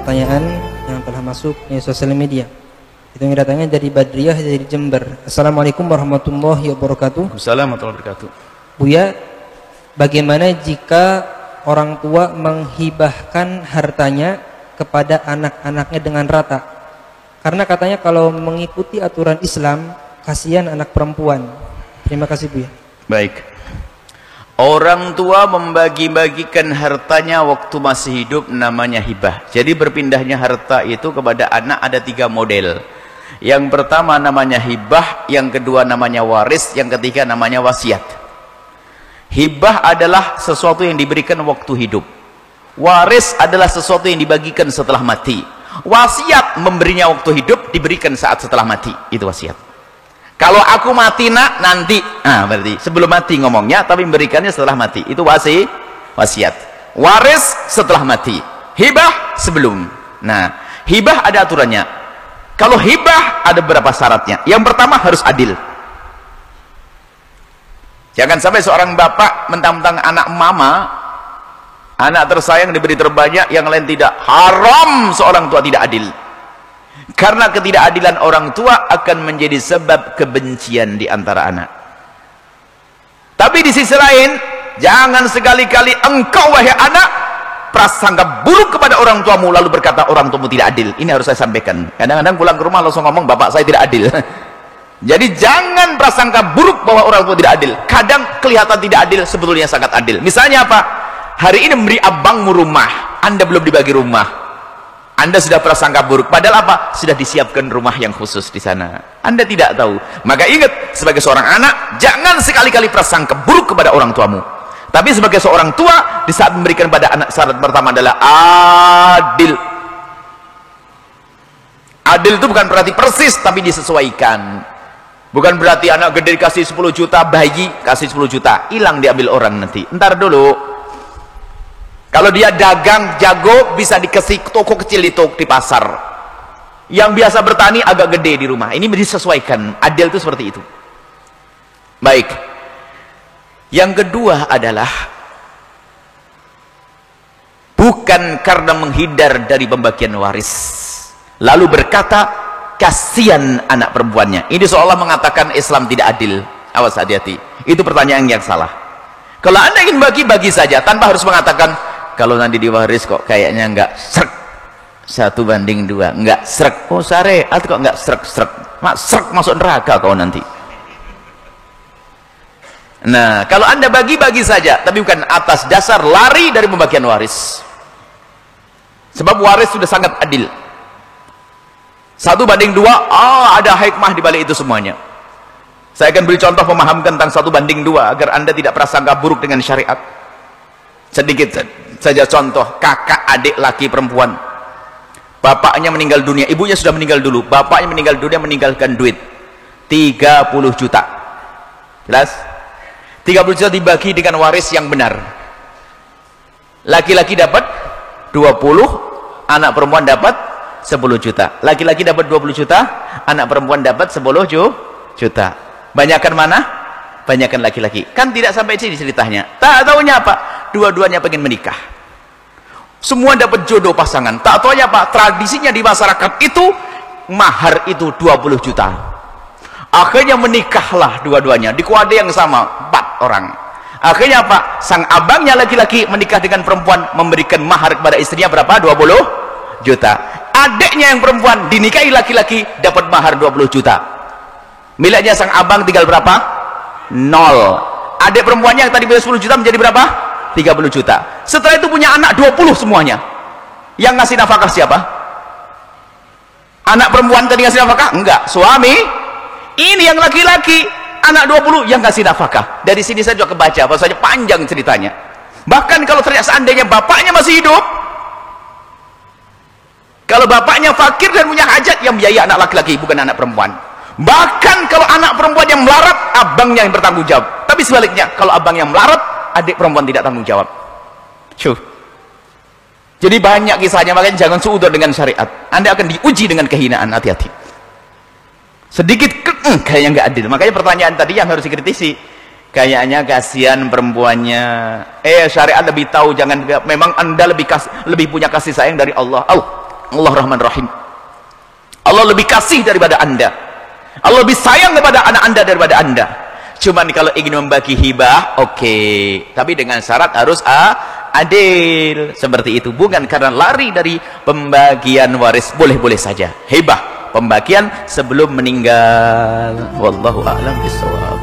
pertanyaan yang telah masuk di sosial media. Itu yang datangnya dari Badriyah dari Jember. Assalamualaikum warahmatullahi wabarakatuh. Assalamualaikum warahmatullahi wabarakatuh. Buya, bagaimana jika orang tua menghibahkan hartanya kepada anak-anaknya dengan rata? Karena katanya kalau mengikuti aturan Islam, kasihan anak perempuan. Terima kasih Buya. Baik. Orang tua membagi-bagikan hartanya waktu masih hidup namanya hibah. Jadi berpindahnya harta itu kepada anak ada 3 model. Yang pertama namanya hibah, yang kedua namanya waris, yang ketiga namanya wasiat. Hibah adalah sesuatu yang diberikan waktu hidup. Waris adalah sesuatu yang dibagikan setelah mati. Wasiat memberinya waktu hidup, diberikan saat setelah mati. Itu wasiat. Kalau aku mati nak nanti, berarti sebelum mati ngomongnya, tapi memberikannya setelah mati. Itu wasiat. Waris setelah mati. Hibah sebelum. Nah, hibah ada aturannya. Kalau hibah ada beberapa syaratnya. Yang pertama harus adil. Jangan sampai seorang bapak mentang-mentang anak mama, anak tersayang diberi terbanyak, yang lain tidak. Haram seorang tua tidak adil. Karena ketidakadilan orang tua akan menjadi sebab kebencian di antara anak. Tapi di sisi lain, jangan sekali-kali engkau wahai anak prasangka buruk kepada orang tuamu lalu berkata orang tuamu tidak adil. Ini harus saya sampaikan. Kadang-kadang pulang ke rumah langsung ngomong bapak saya tidak adil. Jadi jangan prasangka buruk bahwa orang tua tidak adil. Kadang kelihatan tidak adil, sebetulnya sangat adil. Misalnya apa? Hari ini memberi abangmu rumah, Anda belum dibagi rumah. Anda sudah prasangka buruk, padahal apa? Sudah disiapkan rumah yang khusus di sana. Anda tidak tahu. Maka ingat, sebagai seorang anak, jangan sekali-kali prasangka buruk kepada orang tuamu. Tapi sebagai seorang tua, di saat memberikan pada anak, syarat pertama adalah adil. Adil itu bukan berarti persis, tapi disesuaikan. Bukan berarti anak gede dikasih 10 juta, bayi kasih 10 juta, hilang diambil orang nanti. Ntar dulu. Kalau dia dagang jago bisa dikasih toko kecil di pasar. Yang biasa bertani agak gede di rumah. Ini disesuaikan. Adil itu seperti itu. Baik. Yang kedua adalah bukan karena menghindar dari pembagian waris. Lalu berkata kasihan anak perempuannya. Ini seolah mengatakan Islam tidak adil. Awas, hati-hati. Itu pertanyaan yang salah. Kalau Anda ingin bagi saja tanpa harus mengatakan kalau nanti diwaris kok kayaknya enggak srek 1:2, enggak srek. Oh syariat kok enggak srek masuk neraka kau nanti. Nah, kalau Anda bagi saja tapi bukan atas dasar lari dari pembagian waris. Sebab waris sudah sangat adil. 1:2, ada hikmah di balik itu semuanya. Saya akan beri contoh memahamkan tentang 1:2 agar Anda tidak prasangka buruk dengan syariat. Sedikit saja contoh, kakak adik laki perempuan, bapaknya meninggal dunia, ibunya sudah meninggal dulu, bapaknya meninggal dunia meninggalkan duit 30 juta. Jelas? 30 juta dibagi dengan waris yang benar. Laki-laki dapat 20, anak perempuan dapat 10 juta. Laki-laki dapat 20 juta, anak perempuan dapat 10 juta. Banyakan mana? Banyakan laki-laki. Kan tidak sampai sini ceritanya. Tak tahunya apa? Dua-duanya pengen menikah. Semua dapat jodoh pasangan. Tak tahunya apa? Tradisinya di masyarakat itu mahar itu 20 juta. Akhirnya menikahlah dua-duanya di keluarga yang sama, 4 orang. Akhirnya apa? Sang abangnya laki-laki menikah dengan perempuan, memberikan mahar kepada istrinya berapa? 20 juta. Adiknya yang perempuan dinikahi laki-laki, dapat mahar 20 juta. Miliknya sang abang tinggal berapa? 0. Adik perempuannya yang tadi punya 10 juta menjadi berapa? 30 juta. Setelah itu punya anak 20 semuanya. Yang ngasih nafkah siapa? Anak perempuan tadi ngasih nafkah? Enggak, suami. Ini yang laki-laki, anak 20 yang ngasih nafkah. Dari sini saya juga kebaca, bahwasanya panjang ceritanya. Bahkan kalau ternyata seandainya bapaknya masih hidup, kalau bapaknya fakir dan punya hajat, yang biaya anak laki-laki bukan anak perempuan. Bahkan kalau anak perempuan yang melarat, abangnya yang bertanggung jawab. Tapi sebaliknya, kalau abang yang melarat, adik perempuan tidak tanggung jawab. Jadi banyak kisahnya, makanya jangan suudzon dengan syariat. Anda akan diuji dengan kehinaan, hati-hati. Sedikit kayaknya nggak adil. Makanya pertanyaan tadi yang harus dikritisi. Kayaknya kasihan perempuannya. Syariat lebih tahu, jangan, memang Anda lebih punya kasih sayang dari Allah. Allah Rahman Rahim. Allah lebih kasih daripada anda. Allah lebih sayang kepada anak anda daripada anda. Cuman kalau ingin membagi hibah, oke. Tapi dengan syarat harus adil. Seperti itu. Bukan karena lari dari pembagian waris. Boleh-boleh saja. Hibah. Pembagian sebelum meninggal. Wallahu a'lam bishawab.